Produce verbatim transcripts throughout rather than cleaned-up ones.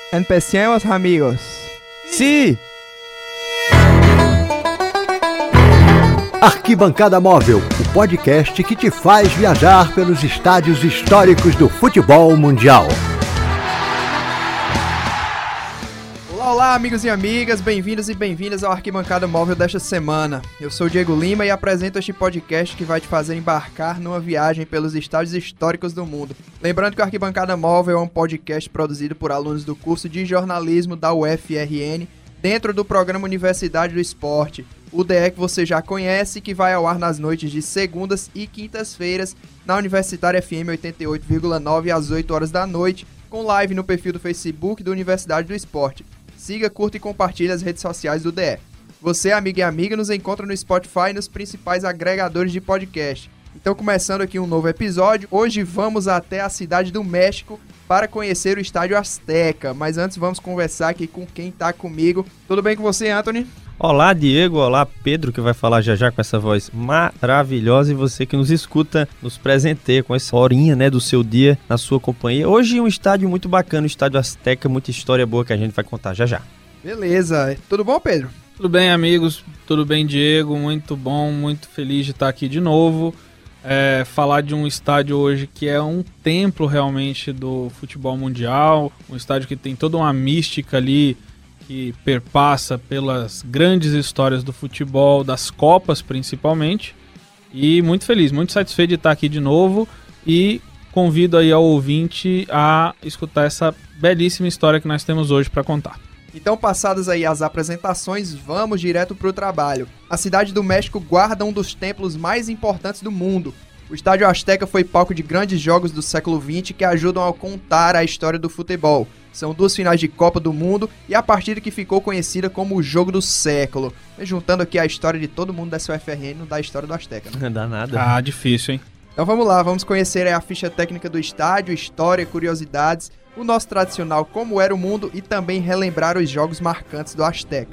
Empecemos, amigos. Sim! Arquibancada Móvel, o podcast que te faz viajar pelos estádios históricos do futebol mundial. Olá, olá, amigos e amigas, bem-vindos e bem-vindas ao Arquibancada Móvel desta semana. Eu sou o Diego Lima e apresento este podcast que vai te fazer embarcar numa viagem pelos estádios históricos do mundo. Lembrando que o Arquibancada Móvel é um podcast produzido por alunos do curso de jornalismo da U F R N, dentro do programa Universidade do Esporte, o D E que você já conhece, que vai ao ar nas noites de segundas e quintas-feiras na Universitária F M oitenta e oito vírgula nove às oito horas da noite, com live no perfil do Facebook da Universidade do Esporte. Siga, curta e compartilhe as redes sociais do D E. Você, amigo e amiga, nos encontra no Spotify e nos principais agregadores de podcast. Então, começando aqui um novo episódio, hoje vamos até a cidade do México para conhecer o Estádio Azteca. Mas antes vamos conversar aqui com quem está comigo. Tudo bem com você, Anthony? Olá, Diego. Olá, Pedro, que vai falar já já com essa voz maravilhosa. E você que nos escuta, nos presenteia com essa horinha, né, do seu dia na sua companhia. Hoje um estádio muito bacana, o Estádio Azteca, muita história boa que a gente vai contar já já. Beleza. Tudo bom, Pedro? Tudo bem, amigos. Tudo bem, Diego. Muito bom, muito feliz de estar aqui de novo. É, falar de um estádio hoje que é um templo realmente do futebol mundial. Um estádio que tem toda uma mística ali, que perpassa pelas grandes histórias do futebol, das Copas principalmente, e muito feliz, muito satisfeito de estar aqui de novo, e convido aí ao ouvinte a escutar essa belíssima história que nós temos hoje para contar. Então, passadas aí as apresentações, vamos direto para o trabalho. A cidade do México guarda um dos templos mais importantes do mundo. O Estádio Azteca foi palco de grandes jogos do século vinte que ajudam a contar a história do futebol. São duas finais de Copa do Mundo e a partida que ficou conhecida como o Jogo do Século. Juntando aqui a história de todo mundo dessa U F R N, não dá a história do Azteca, né? Não dá nada. Ah, difícil, hein? Então vamos lá, vamos conhecer a ficha técnica do estádio, história, curiosidades, o nosso tradicional Como Era o Mundo e também relembrar os jogos marcantes do Azteca.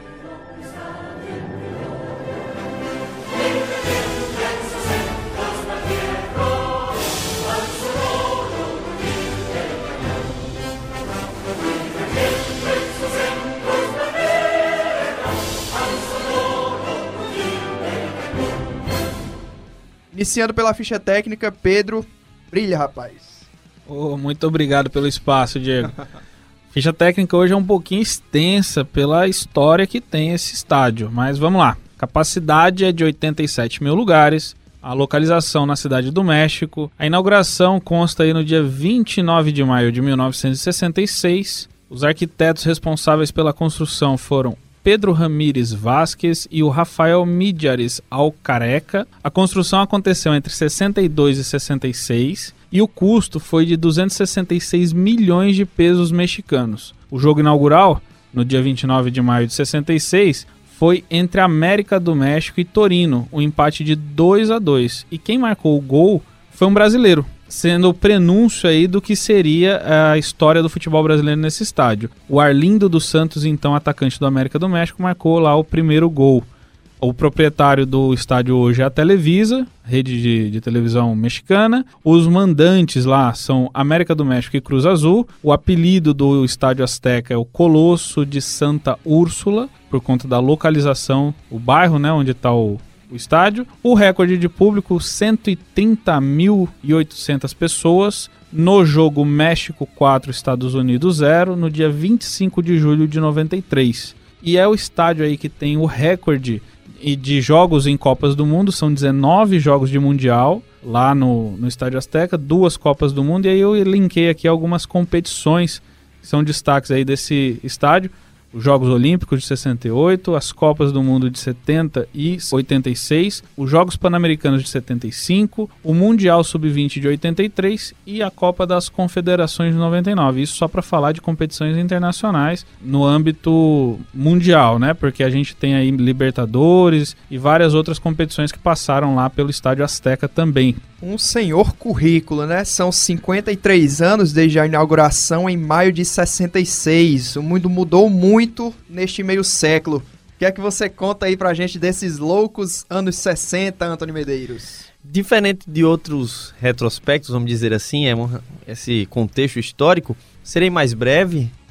Iniciando pela ficha técnica, Pedro, brilha, rapaz. Oh, muito obrigado pelo espaço, Diego. Ficha técnica hoje é um pouquinho extensa pela história que tem esse estádio, mas vamos lá. Capacidade é de oitenta e sete mil lugares, a localização na cidade do México. A inauguração consta aí no dia vinte e nove de maio de mil novecentos e sessenta e seis. Os arquitetos responsáveis pela construção foram Pedro Ramírez Vázquez e o Rafael Millares Alcareca. A construção aconteceu entre sessenta e dois e sessenta e seis e o custo foi de duzentos e sessenta e seis milhões de pesos mexicanos. O jogo inaugural, no dia vinte e nove de maio de sessenta e seis, foi entre América do México e Torino, um empate de dois a dois. E quem marcou o gol foi um brasileiro, sendo o prenúncio aí do que seria a história do futebol brasileiro nesse estádio. O Arlindo dos Santos, então atacante do América do México, marcou lá o primeiro gol. O proprietário do estádio hoje é a Televisa, rede de, de televisão mexicana. Os mandantes lá são América do México e Cruz Azul. O apelido do Estádio Azteca é o Colosso de Santa Úrsula, por conta da localização, o bairro, né, onde está o o estádio. O recorde de público, cento e trinta mil e oitocentas pessoas, no jogo México quatro, Estados Unidos zero, no dia vinte e cinco de julho de noventa e três. E é o estádio aí que tem o recorde de jogos em Copas do Mundo, são dezenove jogos de Mundial, lá no, no Estádio Azteca, duas Copas do Mundo, e aí eu linkei aqui algumas competições que são destaques aí desse estádio. Os Jogos Olímpicos de sessenta e oito, as Copas do Mundo de setenta e oitenta e seis, os Jogos Pan-Americanos de setenta e cinco, o Mundial sub vinte de oitenta e três e a Copa das Confederações de noventa e nove. Isso só para falar de competições internacionais no âmbito mundial, né? Porque a gente tem aí Libertadores e várias outras competições que passaram lá pelo Estádio Azteca também. Um senhor currículo, né? São cinquenta e três anos desde a inauguração em maio de sessenta e seis. O mundo mudou muito neste meio século. O que é que você conta aí pra gente desses loucos anos sessenta, Antônio Medeiros? Diferente de outros retrospectos, vamos dizer assim, é um, esse contexto histórico, serei mais breve.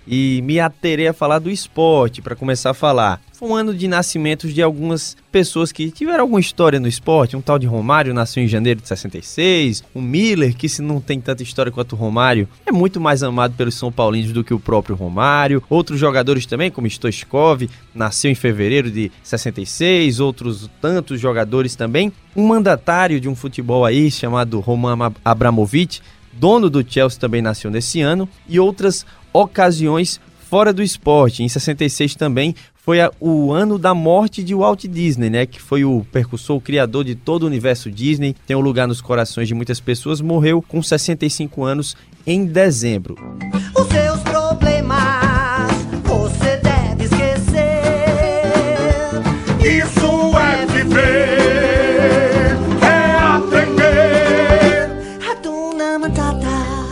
e me aterei a falar do esporte, para começar a falar. Foi um ano de nascimentos de algumas pessoas que tiveram alguma história no esporte. Um tal de Romário nasceu em janeiro de sessenta e seis. O Miller, que se não tem tanta história quanto o Romário, é muito mais amado pelos São Paulinos do que o próprio Romário. Outros jogadores também, como Stoichkov, nasceu em fevereiro de sessenta e seis. Outros tantos jogadores também. Um mandatário de um futebol aí chamado Roman Abramovich, dono do Chelsea, também nasceu nesse ano. E outras ocasiões fora do esporte. Em sessenta e seis também foi a, o ano da morte de Walt Disney, né? Que foi o percussor, o criador de todo o universo Disney. Tem um lugar nos corações de muitas pessoas. Morreu com sessenta e cinco anos em dezembro. Os seus problemas você deve esquecer. Isso é viver, é aprender. Hakuna Matata.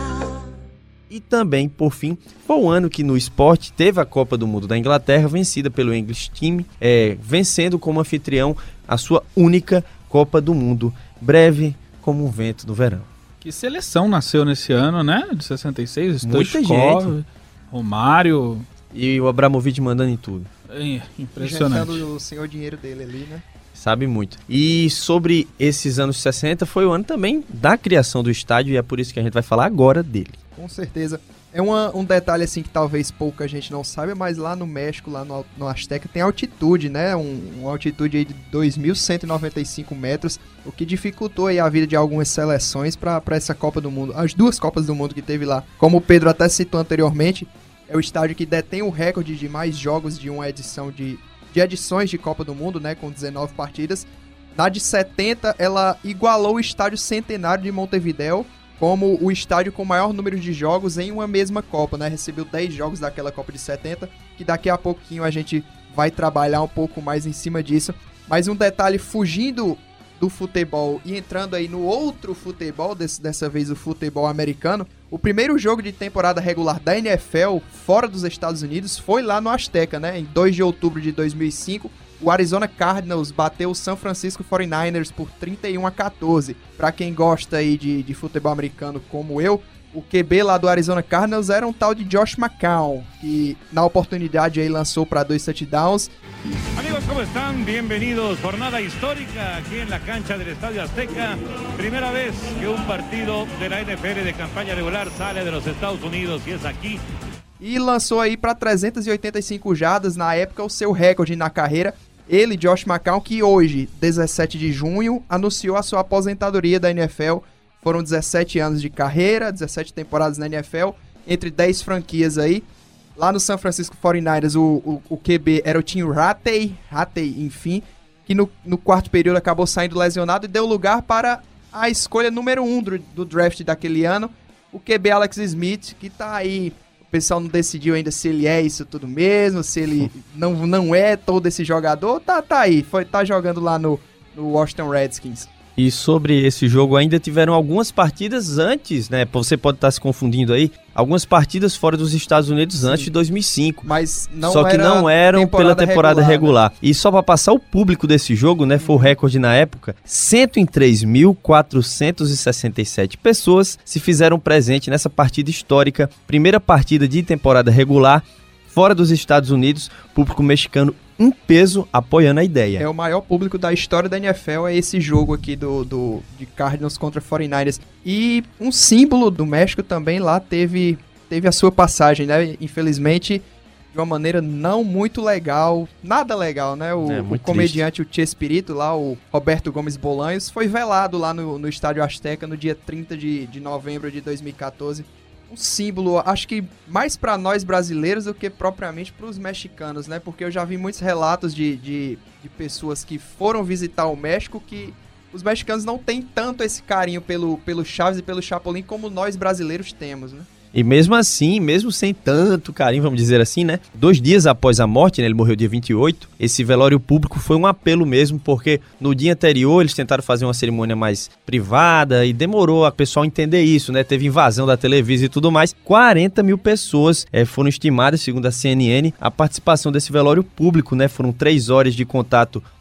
E também, por fim, foi o ano que no esporte teve a Copa do Mundo da Inglaterra, vencida pelo English Team, é, vencendo como anfitrião a sua única Copa do Mundo, breve como um vento do verão. Que seleção nasceu nesse ano, né? De sessenta e seis, Muita Stoichkov, gente. Romário. E o Abramovich mandando em tudo. É, impressionante. Injetando o senhor dinheiro dele ali, né? Sabe muito. E sobre esses anos sessenta, foi o ano também da criação do estádio, e é por isso que a gente vai falar agora dele. Com certeza. É uma, um detalhe assim que talvez pouca gente não saiba, mas lá no México, lá no, no Azteca, tem altitude, né? Um, uma altitude aí de dois mil cento e noventa e cinco metros, o que dificultou aí a vida de algumas seleções para essa Copa do Mundo. As duas Copas do Mundo que teve lá. Como o Pedro até citou anteriormente, é o estádio que detém o recorde de mais jogos de uma edição de, de edições de Copa do Mundo, né? Com dezenove partidas. Na de setenta, ela igualou o estádio Centenário de Montevidéu como o estádio com maior número de jogos em uma mesma Copa, né? Recebeu dez jogos daquela Copa de setenta, que daqui a pouquinho a gente vai trabalhar um pouco mais em cima disso. Mas um detalhe, fugindo do futebol e entrando aí no outro futebol, desse, dessa vez o futebol americano, o primeiro jogo de temporada regular da N F L fora dos Estados Unidos foi lá no Azteca, né? Em dois de outubro de dois mil e cinco, o Arizona Cardinals bateu o San Francisco forty-niners por trinta e um a quatorze. Pra quem gosta aí de, de futebol americano como eu, o Q B lá do Arizona Cardinals era um tal de Josh McCown, que na oportunidade aí lançou para dois touchdowns. Amigos, ¿cómo están? Bienvenidos. Jornada histórica aquí en la cancha del Estadio Azteca. Primera vez que un partido de la N F L de campaña regular sale de los Estados Unidos y es aquí. E lançou aí para trezentas e oitenta e cinco jardas, na época o seu recorde na carreira. Ele, Josh McCown, que hoje, dezessete de junho, anunciou a sua aposentadoria da N F L. Foram dezessete anos de carreira, dezessete temporadas na N F L, entre dez franquias aí. Lá no San Francisco forty-niners, o, o, o Q B era o Tim Rattay, Rattay, enfim, que no, no quarto período acabou saindo lesionado e deu lugar para a escolha número um do, do draft daquele ano, o Q B Alex Smith, que tá aí. O pessoal não decidiu ainda se ele é isso tudo mesmo, se ele não, não é todo esse jogador, tá, tá aí, foi, tá jogando lá no, no Washington Redskins. E sobre esse jogo ainda tiveram algumas partidas antes, né? Você pode estar se confundindo aí. Algumas partidas fora dos Estados Unidos Sim. antes de dois mil e cinco. Mas não Só que era não eram temporada pela temporada regular. regular. Né? E só para passar o público desse jogo, né? Foi o recorde na época. cento e três mil quatrocentas e sessenta e sete pessoas se fizeram presente nessa partida histórica. Primeira partida de temporada regular fora dos Estados Unidos. Público mexicano em peso apoiando a ideia. É o maior público da história da N F L, é esse jogo aqui do, do, de Cardinals contra forty-niners. E um símbolo do México também lá teve, teve a sua passagem, né? Infelizmente, de uma maneira não muito legal, nada legal, né? O, é, o comediante, triste. O Chespirito lá, o Roberto Gomes Bolanhos, foi velado lá no, no Estádio Azteca no dia trinta de, de novembro de dois mil e quatorze. Um símbolo, acho que mais para nós brasileiros do que propriamente para os mexicanos, né? Porque eu já vi muitos relatos de, de, de pessoas que foram visitar o México que os mexicanos não têm tanto esse carinho pelo, pelo Chaves e pelo Chapolin como nós brasileiros temos, né? E mesmo assim, mesmo sem tanto carinho, vamos dizer assim, né? Dois dias após a morte, né? Ele morreu dia vinte e oito, esse velório público foi um apelo mesmo, porque no dia anterior eles tentaram fazer uma cerimônia mais privada e demorou a pessoal entender isso, né? Teve invasão da Televisa e tudo mais. quarenta mil pessoas é, foram estimadas, segundo a C N N, a participação desse velório público, né? Foram três horas de contato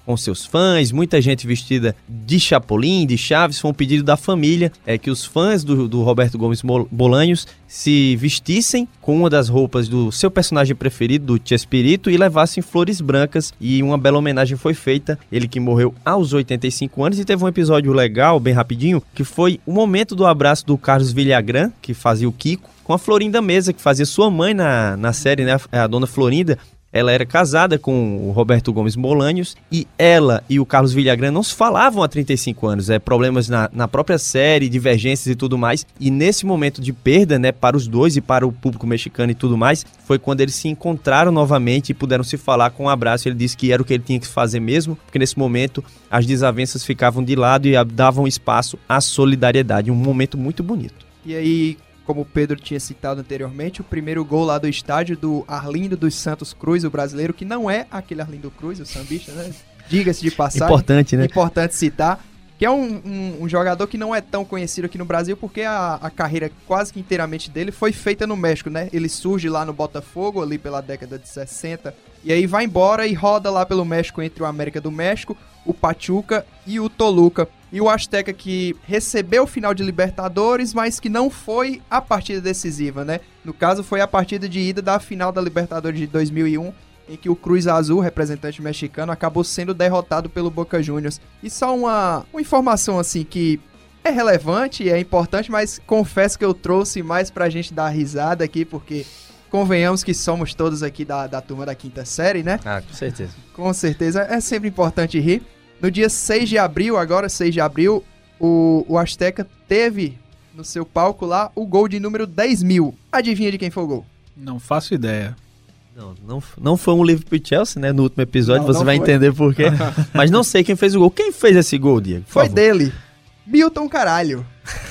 com seus fãs, muita gente vestida de Chapolin, de Chaves. Foi um pedido da família é, que os fãs do, do Roberto Gomes Bolanhos se vestissem com uma das roupas do seu personagem preferido, do Chespirito, e levassem flores brancas, e uma bela homenagem foi feita. Ele que morreu aos oitenta e cinco anos, e teve um episódio legal, bem rapidinho, que foi o momento do abraço do Carlos Villagrán, que fazia o Kiko, com a Florinda Mesa, que fazia sua mãe na, na série, né, a dona Florinda. Ela era casada com o Roberto Gomes Bolanhos e ela e o Carlos Villagrán não se falavam há trinta e cinco anos. É, problemas na, na própria série, divergências e tudo mais. E nesse momento de perda, né, para os dois e para o público mexicano e tudo mais, foi quando eles se encontraram novamente e puderam se falar com um abraço. Ele disse que era o que ele tinha que fazer mesmo, porque nesse momento as desavenças ficavam de lado e davam espaço à solidariedade. Um momento muito bonito. E aí, como o Pedro tinha citado anteriormente, o primeiro gol lá do estádio do Arlindo dos Santos Cruz, o brasileiro, que não é aquele Arlindo Cruz, o sambista, né? Diga-se de passagem. Importante, né? Importante citar. Que é um, um, um jogador que não é tão conhecido aqui no Brasil, porque a, a carreira quase que inteiramente dele foi feita no México, né? Ele surge lá no Botafogo, ali pela década de sessenta, e aí vai embora e roda lá pelo México, entre o América do México, o Pachuca e o Toluca. E o Azteca, que recebeu o final de Libertadores, mas que não foi a partida decisiva, né? No caso, foi a partida de ida da final da Libertadores de dois mil e um, em que o Cruz Azul, representante mexicano, acabou sendo derrotado pelo Boca Juniors. E só uma, uma informação, assim, que é relevante, é importante, mas confesso que eu trouxe mais pra gente dar risada aqui, porque convenhamos que somos todos aqui da, da turma da quinta série, né? Ah, com certeza. Com certeza, é sempre importante rir. No dia seis de abril, agora seis de abril, o, o Azteca teve no seu palco lá o gol de número dez mil. Adivinha de quem foi o gol? Não faço ideia. Não, não, não foi um Liverpool e Chelsea, né? No último episódio, não, você não vai foi. entender por quê. Mas não sei quem fez o gol. Quem fez esse gol, Diego? Por Foi favor. dele. Milton Caralho.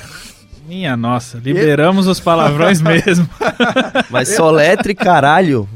Minha nossa, liberamos os palavrões mesmo. Mas soletre caralho.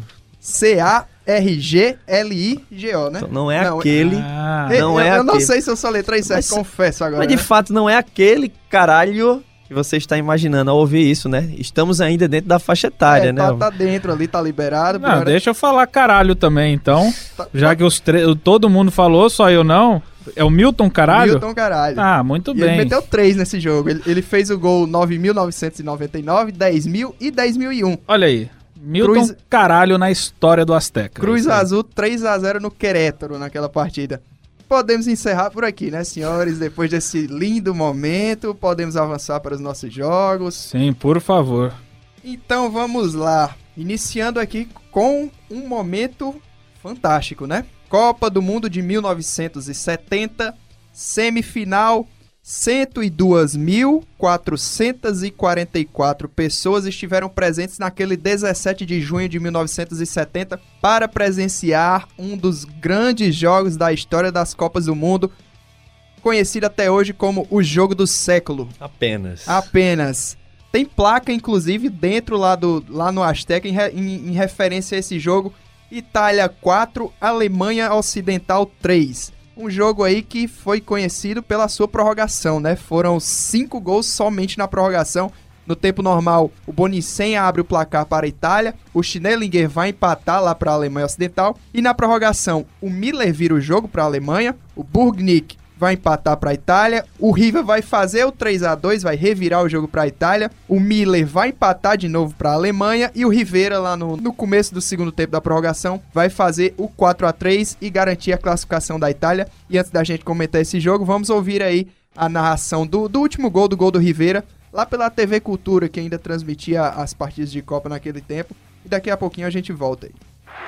C A R G L I G O, né? Então não é aquele. Ah, Eu, não eu, é eu não aquele. sei se eu soletrei certo, Mas- confesso agora. Mas de né? fato não é aquele caralho que você está imaginando ao ouvir isso, né? Estamos ainda dentro da faixa etária, é, né? tá, tá dentro ali, tá liberado. não, agora- deixa eu falar caralho também, então. Tá- Já que os tre- todo mundo falou, só eu não. É o Milton Caralho? Milton Caralho. Ah, muito E ele bem. meteu três nesse jogo. Ele, ele fez o gol nove mil novecentos e noventa e nove, dez mil e dez mil e um. Olha aí. Milton Cruz- Caralho na história do Azteca. Cruz Isso aí. Azul três a zero no Querétaro naquela partida. Podemos encerrar por aqui, né, senhores? Depois desse lindo momento, podemos avançar para os nossos jogos. Sim, por favor. Então vamos lá. Iniciando aqui com um momento fantástico, né? Copa do Mundo de mil novecentos e setenta, semifinal. cento e duas mil quatrocentas e quarenta e quatro pessoas estiveram presentes naquele dezessete de junho de mil novecentos e setenta para presenciar um dos grandes jogos da história das Copas do Mundo, conhecido até hoje como o jogo do século. Apenas. Apenas. Tem placa, inclusive, dentro lá, do, lá no Azteca, em, re- em- em referência a esse jogo. Itália quatro, Alemanha Ocidental três. Um jogo aí que foi conhecido pela sua prorrogação, né? Foram cinco gols somente na prorrogação. No tempo normal, o Bonicen abre o placar para a Itália, o Schnellinger vai empatar lá para a Alemanha Ocidental, e na prorrogação, o Miller vira o jogo para a Alemanha, o Burgnick vai empatar para a Itália, o Riva vai fazer o três a dois, vai revirar o jogo para a Itália, o Miller vai empatar de novo para a Alemanha e o Rivera lá no, no começo do segundo tempo da prorrogação vai fazer o quatro a três e garantir a classificação da Itália. E antes da gente comentar esse jogo, vamos ouvir aí a narração do, do último gol, do gol do Rivera, lá pela T V Cultura, que ainda transmitia as partidas de Copa naquele tempo. E daqui a pouquinho a gente volta aí.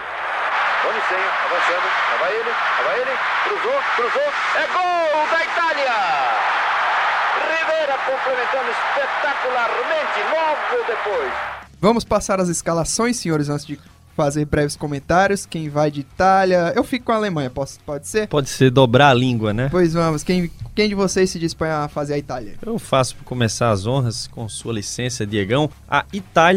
Bonicen, avançando, lá vai ele, lá vai ele, cruzou, cruzou, é gol da Itália! Rivera complementando espetacularmente logo depois. Vamos passar as escalações, senhores, antes de fazer breves comentários. Quem vai de Itália? Eu fico com a Alemanha, posso, pode ser? Pode ser dobrar a língua, né? Pois vamos, quem, quem de vocês se dispõe a fazer a Itália? Eu faço por começar as honras, com sua licença, Diegão. A Itália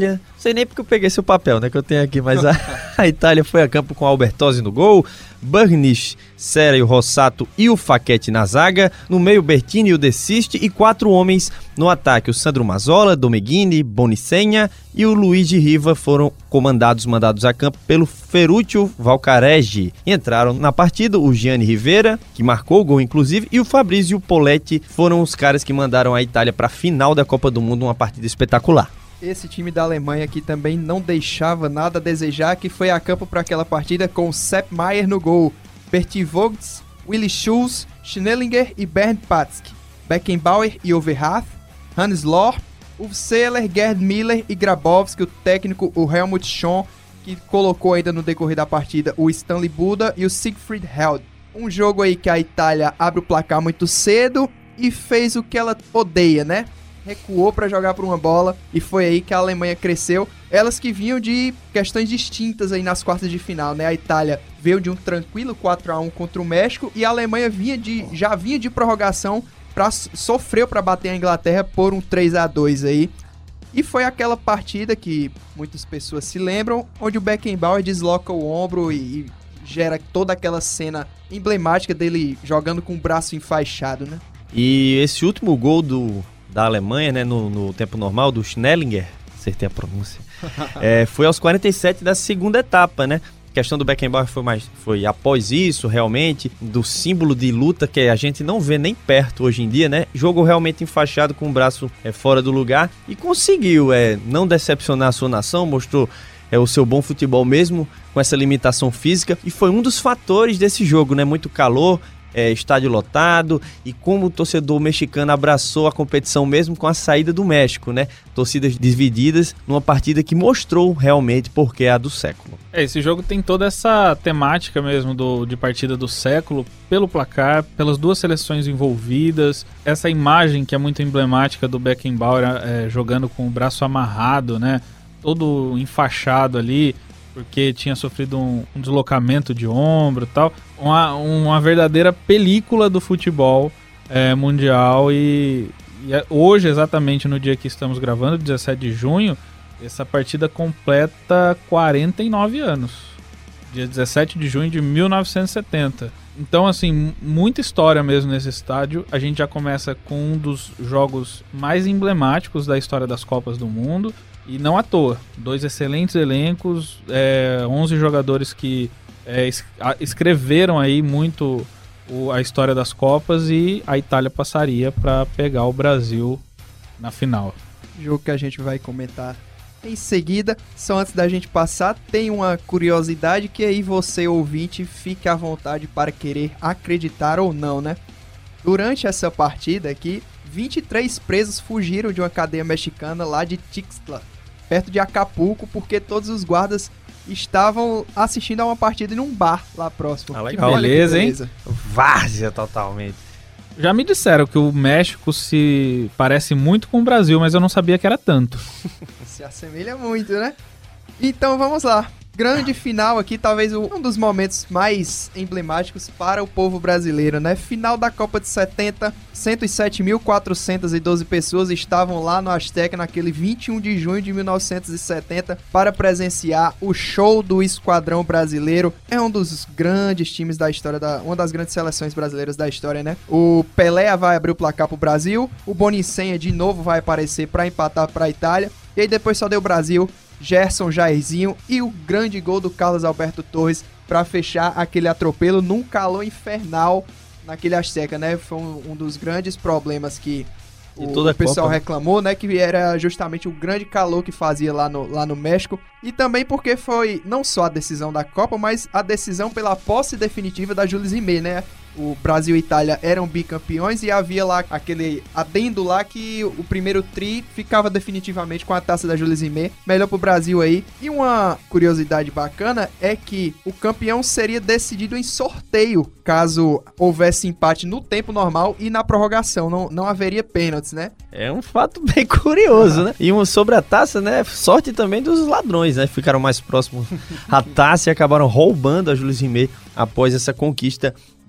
sei nem porque eu peguei seu papel, né, que eu tenho aqui, mas a, a Itália foi a campo com Albertosi no gol, Burnish, Serra, o Rossato e o Facchetti na zaga, no meio Bertini e o De Sisti e quatro homens no ataque, o Sandro Mazzola, Domeghini, Bonicenha e o Luigi Riva foram comandados, mandados a campo pelo Ferruccio Valcareggi. Entraram na partida o Gianni Rivera, que marcou o gol inclusive, e o Fabrizio Poletti foram os caras que mandaram a Itália para a final da Copa do Mundo, uma partida espetacular. Esse time da Alemanha aqui também não deixava nada a desejar, que foi a campo para aquela partida com Sepp Maier no gol, Berti Vogts, Willi Schulz, Schnellinger e Bernd Patzke, Beckenbauer e Overhath, Hannes Lohr, Uwe Seeler, Gerd Miller e Grabowski, o técnico, o Helmut Schön, que colocou ainda no decorrer da partida o Stanley Buda e o Siegfried Held. Um jogo aí que a Itália abre o placar muito cedo e fez o que ela odeia, né? Recuou para jogar por uma bola e foi aí que a Alemanha cresceu. Elas que vinham de questões distintas aí nas quartas de final, né? A Itália veio de um tranquilo quatro a um contra o México e a Alemanha vinha de, já vinha de prorrogação, pra, sofreu para bater a Inglaterra por um três a dois aí. E foi aquela partida que muitas pessoas se lembram, onde o Beckenbauer desloca o ombro e, e gera toda aquela cena emblemática dele jogando com o braço enfaixado, né? E esse último gol do... da Alemanha, né, no, no tempo normal, do Schnellinger, acertei a pronúncia, é, foi aos quarenta e sete da segunda etapa, né? A questão do Beckenbauer foi, mais, foi após isso, realmente, do símbolo de luta que a gente não vê nem perto hoje em dia, né? Jogo realmente enfaixado com o braço é, fora do lugar e conseguiu é, não decepcionar a sua nação, mostrou é, o seu bom futebol mesmo com essa limitação física e foi um dos fatores desse jogo, né? Muito calor, É, estádio lotado e como o torcedor mexicano abraçou a competição mesmo com a saída do México, né? Torcidas divididas numa partida que mostrou realmente porque é a do século. É, esse jogo tem toda essa temática mesmo do, de partida do século, pelo placar, pelas duas seleções envolvidas, essa imagem que é muito emblemática do Beckenbauer é, jogando com o braço amarrado, né? Todo enfaixado ali, porque tinha sofrido um, um deslocamento de ombro e tal. Uma, uma verdadeira película do futebol é, mundial e, e é, hoje, exatamente no dia que estamos gravando, dezessete de junho, essa partida completa quarenta e nove anos. Dia dezessete de junho de mil novecentos e setenta. Então, assim, muita história mesmo nesse estádio. A gente já começa com um dos jogos mais emblemáticos da história das Copas do Mundo. E não à toa, dois excelentes elencos, é, onze jogadores que é, es- a- escreveram aí muito o, a história das Copas e a Itália passaria para pegar o Brasil na final. Jogo que a gente vai comentar em seguida. Só antes da gente passar, tem uma curiosidade que aí você, ouvinte, fique à vontade para querer acreditar ou não, né? Durante essa partida aqui, vinte e três presos fugiram de uma cadeia mexicana lá de Tixtla, perto de Acapulco, porque todos os guardas estavam assistindo a uma partida em um bar lá próximo. Ah, legal. Olha que Beleza, hein? Várzea totalmente. Já me disseram que o México se parece muito com o Brasil, mas eu não sabia que era tanto. Se assemelha muito, né? Então vamos lá. Grande final aqui, talvez um dos momentos mais emblemáticos para o povo brasileiro, né? Final da Copa de setenta, cento e sete mil quatrocentas e doze pessoas estavam lá no Azteca naquele vinte e um de junho de mil novecentos e setenta para presenciar o show do Esquadrão Brasileiro. É um dos grandes times da história, da, uma das grandes seleções brasileiras da história, né? O Pelé vai abrir o placar pro Brasil, o Bonicenha de novo vai aparecer para empatar para a Itália, e aí depois só deu Brasil, Gerson, Jairzinho e o grande gol do Carlos Alberto Torres para fechar aquele atropelo num calor infernal naquele Azteca, né? Foi um, um dos grandes problemas que o, toda o pessoal Copa, né? reclamou, né? Que era justamente o grande calor que fazia lá no, lá no México. E também porque foi não só a decisão da Copa, mas a decisão pela posse definitiva da Jules Rimet, né? O Brasil e Itália eram bicampeões e havia lá aquele adendo lá que o primeiro tri ficava definitivamente com a taça da Jules Rimet, melhor pro Brasil aí. E uma curiosidade bacana é que o campeão seria decidido em sorteio, caso houvesse empate no tempo normal e na prorrogação, não, não haveria pênaltis, né? É um fato bem curioso, né? E um sobre a taça, né? Sorte também dos ladrões, né? Ficaram mais próximos à taça e acabaram roubando a Jules Rimet após essa conquista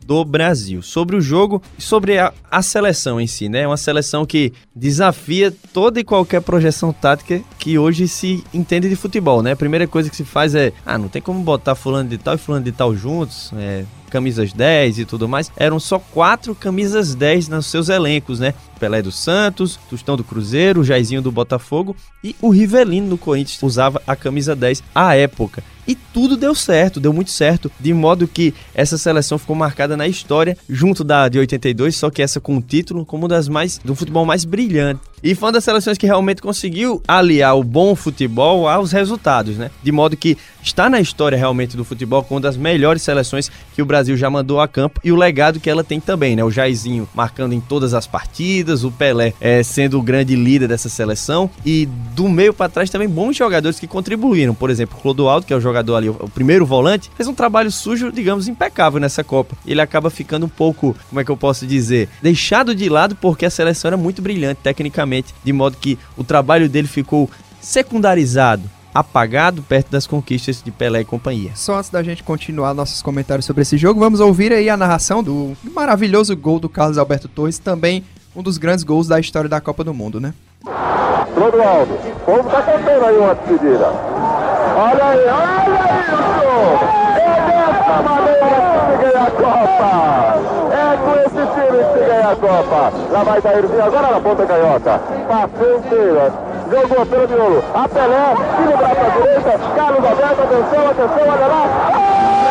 do Brasil. Sobre o jogo e sobre a, a seleção em si, né? Uma seleção que desafia toda e qualquer projeção tática que hoje se entende de futebol, né? A primeira coisa que se faz é, ah, não tem como botar fulano de tal e fulano de tal juntos, é, camisas dez e tudo mais. Eram só quatro camisas dez nos seus elencos, né? Pelé do Santos, Tostão do Cruzeiro, o Jairzinho do Botafogo e o Rivelino do Corinthians usava a camisa dez à época. E tudo deu certo, deu muito certo, de modo que essa seleção ficou marcada na história, junto da de oitenta e dois, só que essa com o título como uma das mais, do futebol mais brilhante. E foi uma das seleções que realmente conseguiu aliar o bom futebol aos resultados, né? De modo que está na história realmente do futebol como uma das melhores seleções que o Brasil já mandou a campo e o legado que ela tem também, né? O Jairzinho marcando em todas as partidas, o Pelé é, sendo o grande líder dessa seleção e do meio para trás também bons jogadores que contribuíram. Por exemplo, o Clodoaldo, que é o jogador ali, o primeiro volante, fez um trabalho sujo, digamos, impecável nessa Copa. Ele acaba ficando um pouco, como é que eu posso dizer, deixado de lado porque a seleção era muito brilhante tecnicamente, de modo que o trabalho dele ficou secundarizado, apagado perto das conquistas de Pelé e companhia. Só antes da gente continuar nossos comentários sobre esse jogo, vamos ouvir aí a narração do maravilhoso gol do Carlos Alberto Torres, também um dos grandes gols da história da Copa do Mundo, né? Clodoaldo, o povo tá cantando aí uma despedida. Olha aí, olha isso! É dessa maneira que se ganha a Copa! É com esse time que se ganha a Copa! Lá vai Jairzinho agora na ponta canhota. Passou inteira. Jogou pelo miolo. A Pelé, tira o braço à direita. Carlos Alberto, atenção, atenção, olha lá.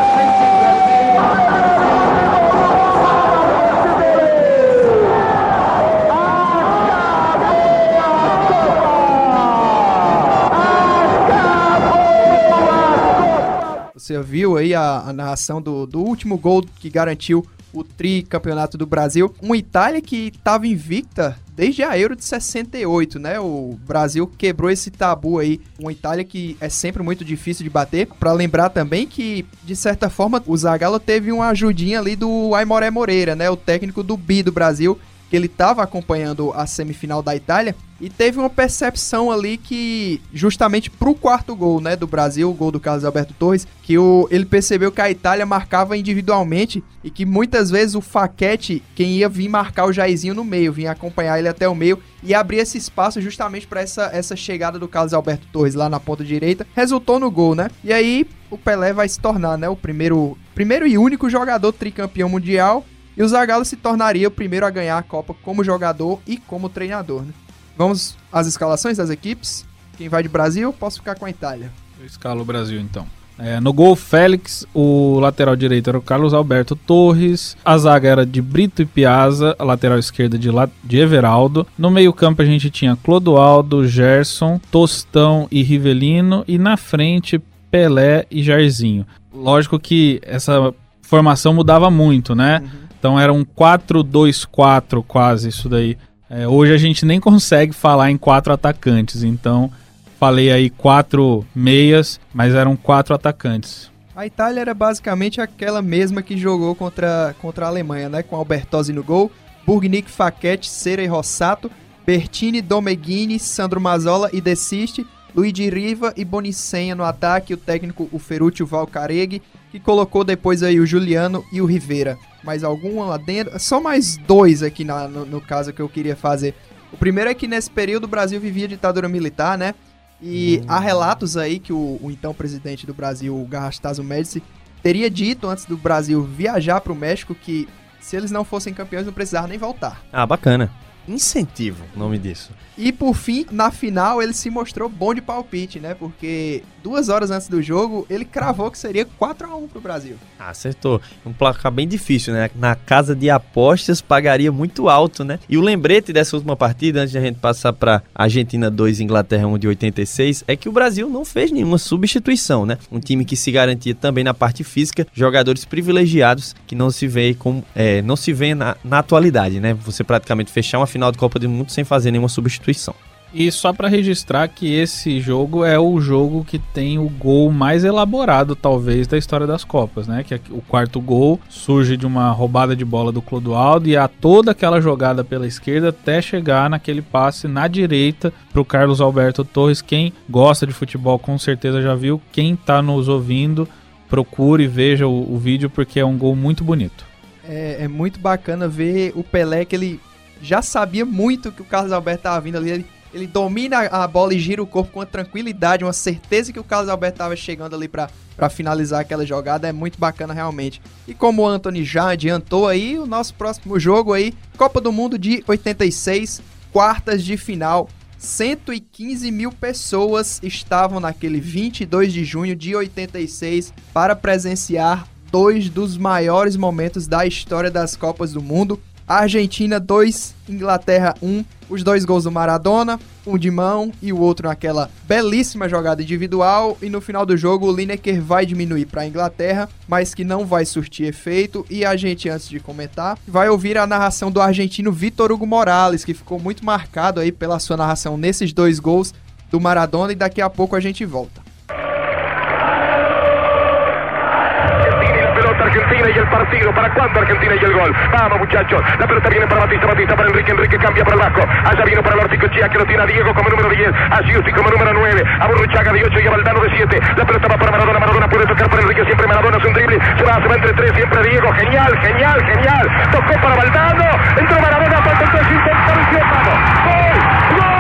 Você viu aí a, a narração do, do último gol que garantiu o tricampeonato do Brasil. Uma Itália que estava invicta desde a Euro de sessenta e oito, né? O Brasil quebrou esse tabu aí. Uma Itália que é sempre muito difícil de bater. Para lembrar também que, de certa forma, o Zagallo teve uma ajudinha ali do Aimoré Moreira, né? O técnico do B I do Brasil, que ele estava acompanhando a semifinal da Itália e teve uma percepção ali que, justamente pro quarto gol, né, do Brasil, o gol do Carlos Alberto Torres, que o, ele percebeu que a Itália marcava individualmente e que muitas vezes o Facchetti, quem ia vir marcar o Jairzinho no meio, vinha acompanhar ele até o meio e abrir esse espaço justamente para essa, essa chegada do Carlos Alberto Torres lá na ponta direita, resultou no gol, né? E aí o Pelé vai se tornar, né, o primeiro, primeiro e único jogador tricampeão mundial. E o Zagallo se tornaria o primeiro a ganhar a Copa como jogador e como treinador, né? Vamos às escalações das equipes. Quem vai de Brasil, posso ficar com a Itália. Eu escalo o Brasil, então. É, no gol, Félix, o lateral direito era o Carlos Alberto Torres, a zaga era de Brito e Piazza, a lateral esquerda de, La... de Everaldo. No meio campo a gente tinha Clodoaldo, Gerson, Tostão e Rivelino, e na frente Pelé e Jairzinho. Lógico que essa formação mudava muito, né? Uhum. Então era um quatro dois quatro quase isso daí. É, hoje a gente nem consegue falar em quatro atacantes, então falei aí quatro meias, mas eram quatro atacantes. A Itália era basicamente aquela mesma que jogou contra, contra a Alemanha, né? Com Albertosi no gol, Burgnick, Facchetti, Cera e Rossato, Bertini, Domeghini, Sandro Mazzola e De Sisti, Luigi Riva e Bonicenha no ataque, o técnico o Ferruccio Valcareggi, que colocou depois aí o Juliano e o Rivera. Mais algum lá dentro? Só mais dois aqui na, no, no caso que eu queria fazer. O primeiro é que nesse período o Brasil vivia ditadura militar, né? E hum. há relatos aí que o, o então presidente do Brasil, o Garrastazu Médici, teria dito antes do Brasil viajar para o México que se eles não fossem campeões não precisavam nem voltar. Ah, bacana. Incentivo, o nome disso. E por fim, na final, ele se mostrou bom de palpite, né? Porque duas horas antes do jogo, ele cravou que seria quatro a um pro Brasil. Ah, acertou. Um placar bem difícil, né? Na casa de apostas, pagaria muito alto, né? E o lembrete dessa última partida, antes de a gente passar pra Argentina dois, Inglaterra um de oitenta e seis, é que o Brasil não fez nenhuma substituição, né? Um time que se garantia também na parte física, jogadores privilegiados que não se vê, como, é, não se vê na, na atualidade, né? Você praticamente fechar uma final de Copa do Mundo sem fazer nenhuma substituição. E só para registrar que esse jogo é o jogo que tem o gol mais elaborado, talvez, da história das Copas, né? Que o quarto gol surge de uma roubada de bola do Clodoaldo e há toda aquela jogada pela esquerda até chegar naquele passe na direita pro Carlos Alberto Torres. Quem gosta de futebol com certeza já viu. Quem tá nos ouvindo, procure e veja o, o vídeo porque é um gol muito bonito. é, é muito bacana ver o Pelé, que ele já sabia muito que o Carlos Alberto estava vindo ali. Ele, ele domina a bola e gira o corpo com uma tranquilidade, uma certeza que o Carlos Alberto estava chegando ali para para finalizar aquela jogada. É muito bacana realmente. E como o Anthony já adiantou aí, o nosso próximo jogo aí, Copa do Mundo de oitenta e seis, quartas de final. cento e quinze mil pessoas estavam naquele vinte e dois de junho de oitenta e seis para presenciar dois dos maiores momentos da história das Copas do Mundo. Argentina dois, Inglaterra um, os dois gols do Maradona, um de mão e o outro naquela belíssima jogada individual, e no final do jogo o Lineker vai diminuir para a Inglaterra, mas que não vai surtir efeito, e a gente, antes de comentar, vai ouvir a narração do argentino Vítor Hugo Morales, que ficou muito marcado aí pela sua narração nesses dois gols do Maradona, e daqui a pouco a gente volta. Argentina y el partido, ¿para cuándo Argentina y el gol? Vamos muchachos, la pelota viene para Batista, Batista para Enrique, Enrique cambia para el Vasco, allá vino para el Orticochea, que lo tiene a Diego como número diez, a Giusti como número nueve, a Burruchaga de ocho y a Valdano de siete, la pelota va para Maradona, Maradona puede tocar para Enrique, siempre Maradona hace un drible, se va, se va entre tres, siempre Diego, genial, genial, genial, tocó para Valdano, entró Maradona, falta el tres, intentaron, vamos, gol, gol.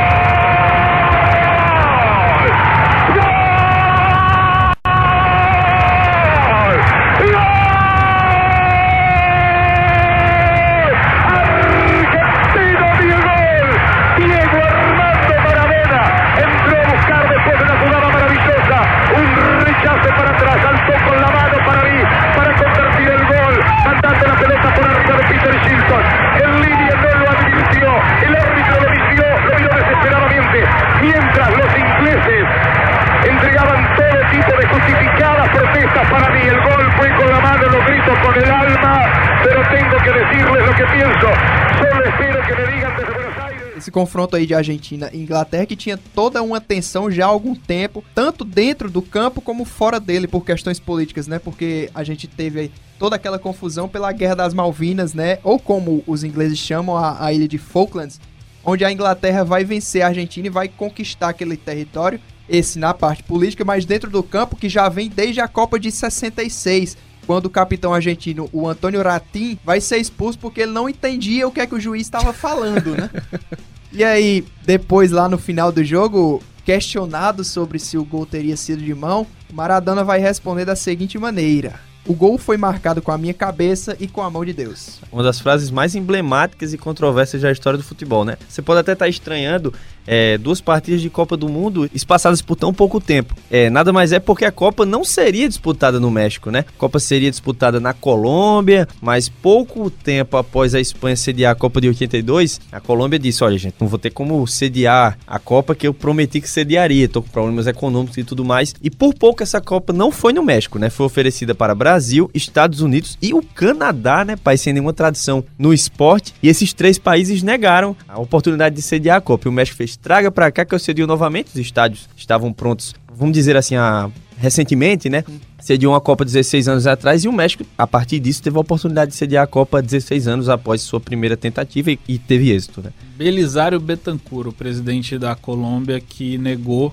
Esse confronto aí de Argentina e Inglaterra, que tinha toda uma tensão já há algum tempo, tanto dentro do campo como fora dele, por questões políticas, né? Porque a gente teve aí toda aquela confusão pela Guerra das Malvinas, né? Ou como os ingleses chamam a, a ilha de Falklands, onde a Inglaterra vai vencer a Argentina e vai conquistar aquele território, esse na parte política, mas dentro do campo, que já vem desde a Copa de sessenta e seis, quando o capitão argentino, o Antônio Ratín, vai ser expulso porque ele não entendia o que é que o juiz estava falando, né? E aí, depois lá no final do jogo, questionado sobre se o gol teria sido de mão, o Maradona vai responder da seguinte maneira: o gol foi marcado com a minha cabeça e com a mão de Deus. Uma das frases mais emblemáticas e controversas da história do futebol, né? Você pode até estar estranhando é, duas partidas de Copa do Mundo espaçadas por tão pouco tempo. É, nada mais é porque a Copa não seria disputada no México, né? A Copa seria disputada na Colômbia, mas pouco tempo após a Espanha sediar a Copa de oitenta e dois, a Colômbia disse: olha, gente, não vou ter como sediar a Copa que eu prometi que sediaria, tô com problemas econômicos e tudo mais. E por pouco essa Copa não foi no México, né? Foi oferecida para Brasil, Estados Unidos e o Canadá, né, país sem nenhuma tradição no esporte, e esses três países negaram a oportunidade de sediar a Copa. E o México fez: traga pra cá que eu cedio novamente. Os estádios estavam prontos, vamos dizer assim, a... recentemente, né, sediou uma Copa dezesseis anos atrás, e o México, a partir disso, teve a oportunidade de sediar a Copa dezesseis anos após sua primeira tentativa, e, e teve êxito, né. Belisário Betancur, o presidente da Colômbia, que negou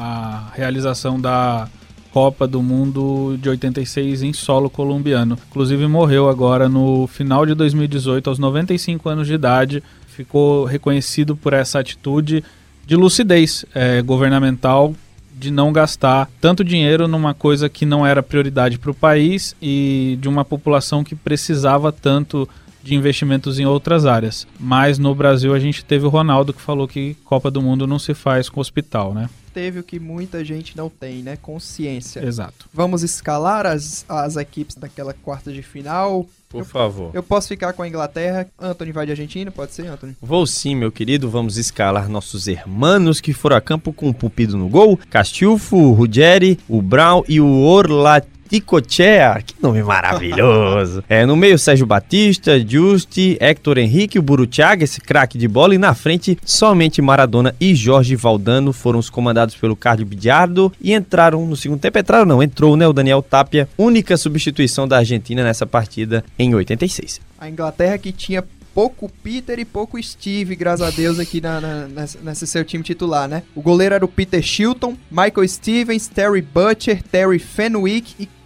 a realização da Copa do Mundo de oitenta e seis em solo colombiano. Inclusive morreu agora no final de dois mil e dezoito, aos noventa e cinco anos de idade. Ficou reconhecido por essa atitude de lucidez é, governamental, de não gastar tanto dinheiro numa coisa que não era prioridade para o país e de uma população que precisava tanto de investimentos em outras áreas. Mas no Brasil a gente teve o Ronaldo, que falou que Copa do Mundo não se faz com hospital, né? Teve o que muita gente não tem, né? Consciência. Exato. Vamos escalar as, as equipes daquela quarta de final. Por eu, favor. Eu posso ficar com a Inglaterra. Anthony vai de Argentina, pode ser, Anthony? Vou sim, meu querido. Vamos escalar nossos hermanos que foram a campo com o Pupido no gol, Castilfo, o Ruggeri, o Brown e o Orlati. Ticochea, que nome maravilhoso. É, no meio, Sérgio Batista, Giusti, Héctor Henrique, o Burruchaga, esse craque de bola, e na frente, somente Maradona e Jorge Valdano foram os comandados pelo Carlos Bidiardo e entraram no segundo tempo. Entraram não, entrou, né, o Daniel Tapia, única substituição da Argentina nessa partida em oitenta e seis. A Inglaterra, que tinha pouco Peter e pouco Steve, graças a Deus, aqui na, na, nessa, nesse seu time titular, né? O goleiro era o Peter Shilton, Michael Stevens, Terry Butcher, Terry Fenwick e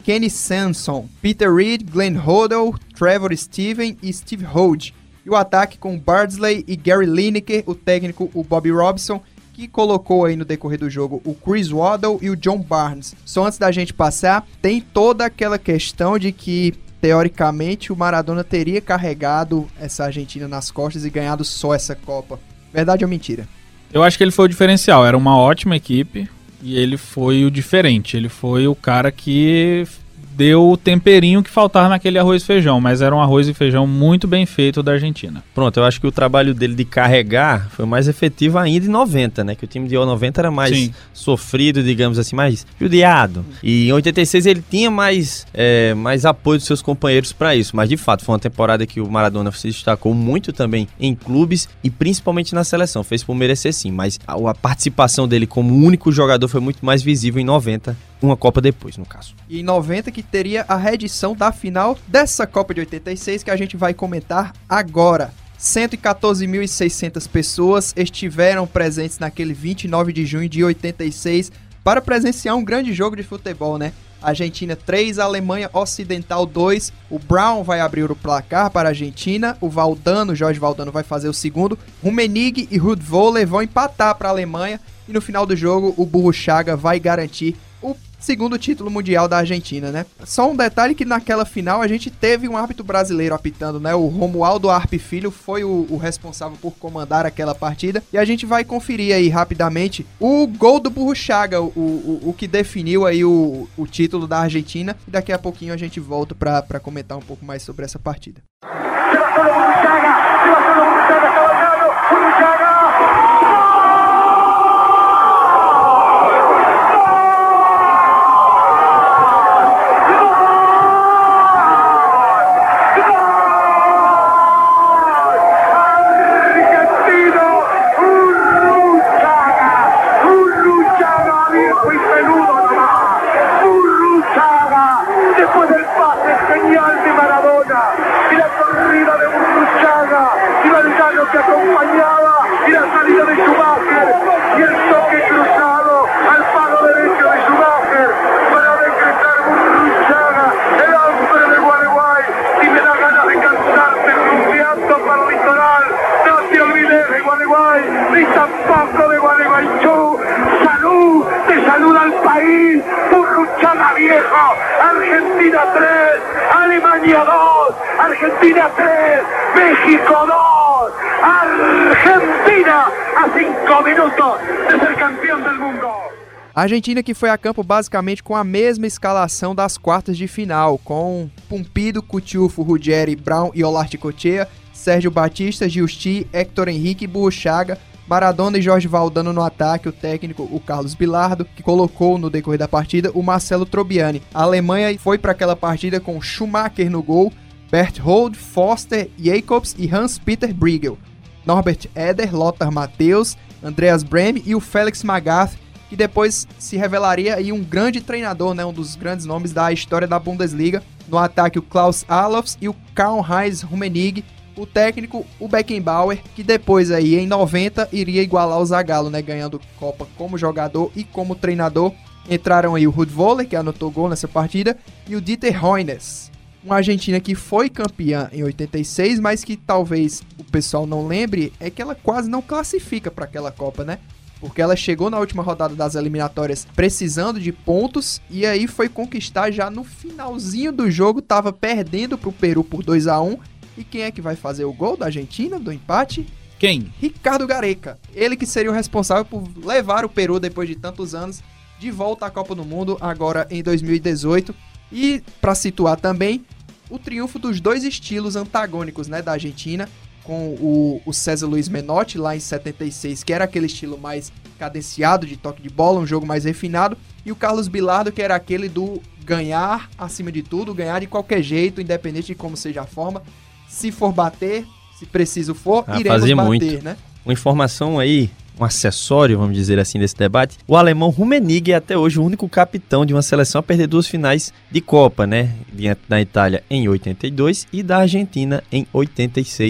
Kenny Sanson, Peter Reed, Glenn Hoddle, Trevor Steven e Steve Holt. E o ataque com Bardsley e Gary Lineker, o técnico, o Bobby Robson, que colocou aí no decorrer do jogo o Chris Waddle e o John Barnes. Só antes da gente passar, tem toda aquela questão de que, teoricamente, o Maradona teria carregado essa Argentina nas costas e ganhado só essa Copa. Verdade ou mentira? Eu acho que ele foi o diferencial. Era uma ótima equipe e ele foi o diferente. Ele foi o cara que deu o temperinho que faltava naquele arroz e feijão, mas era um arroz e feijão muito bem feito da Argentina. Pronto, eu acho que o trabalho dele de carregar foi mais efetivo ainda em noventa, né? Que o time de noventa era mais Sim. sofrido, digamos assim, mais judiado. E em oitenta e seis ele tinha mais, é, mais apoio dos seus companheiros para isso, mas de fato foi uma temporada que o Maradona se destacou muito também em clubes e principalmente na seleção. Fez por merecer sim, mas a, a participação dele como único jogador foi muito mais visível em noventa, uma Copa depois, no caso. E em noventa que teria a reedição da final dessa Copa de oitenta e seis que a gente vai comentar agora. cento e quatorze mil e seiscentas pessoas estiveram presentes naquele vinte e nove de junho de oitenta e seis para presenciar um grande jogo de futebol, né? Argentina três, Alemanha Ocidental dois. O Brown vai abrir o placar para a Argentina. O Valdano, Jorge Valdano, vai fazer o segundo. Rummenigge e Ruud Voller vão empatar para a Alemanha. E no final do jogo, o Burro Chaga vai garantir o segundo título mundial da Argentina, né? Só um detalhe que naquela final a gente teve um árbitro brasileiro apitando, né? O Romualdo Arpe Filho foi o, o responsável por comandar aquela partida. E a gente vai conferir aí rapidamente o gol do Burro Chaga, o, o, o que definiu aí o, o título da Argentina. E daqui a pouquinho a gente volta pra, pra comentar um pouco mais sobre essa partida. Argentina tres, Alemania dos, Argentina tres, México dos, Argentina a cinco minutos de ser campeão do mundo. A Argentina que foi a campo basicamente com a mesma escalação das quartas de final, com Pumpido, Cutiufo, Ruggeri, Brown e Olarte-Cochea, Sérgio Batista, Justi, Héctor Henrique e Burro Chaga, Maradona e Jorge Valdano no ataque, o técnico, o Carlos Bilardo, que colocou no decorrer da partida o Marcelo Trobiani. A Alemanha foi para aquela partida com Schumacher no gol, Berthold, Foster, Jacobs e Hans-Peter Briegel, Norbert Eder, Lothar Matthäus, Andreas Brehme e o Felix Magath, que depois se revelaria aí um grande treinador, né, um dos grandes nomes da história da Bundesliga. No ataque o Klaus Allofs e o Karl-Heinz Rummenigge. O técnico, o Beckenbauer, que depois aí em noventa iria igualar o Zagallo, né, ganhando Copa como jogador e como treinador. Entraram aí o Ruud Voller, que anotou gol nessa partida, e o Dieter Hoeneß. Uma Argentina que foi campeã em oitenta e seis, mas que talvez o pessoal não lembre, é que ela quase não classifica para aquela Copa, né? Porque ela chegou na última rodada das eliminatórias precisando de pontos e aí foi conquistar já no finalzinho do jogo, tava perdendo pro Peru por dois a um. E quem é que vai fazer o gol da Argentina, do empate? Quem? Ricardo Gareca. Ele que seria o responsável por levar o Peru, depois de tantos anos, de volta à Copa do Mundo, agora em dois mil e dezoito. E, para situar também, o triunfo dos dois estilos antagônicos, né, da Argentina, com o, o César Luiz Menotti, lá em setenta e seis, que era aquele estilo mais cadenciado, de toque de bola, um jogo mais refinado, e o Carlos Bilardo, que era aquele do ganhar acima de tudo, ganhar de qualquer jeito, independente de como seja a forma. Se for bater, se preciso for, ah, iremos bater, muito. né? Uma informação aí, um acessório, vamos dizer assim, desse debate. O alemão Rummenigge é até hoje o único capitão de uma seleção a perder duas finais de Copa, né? Diante da Itália em oitenta e dois e da Argentina em oitenta e seis.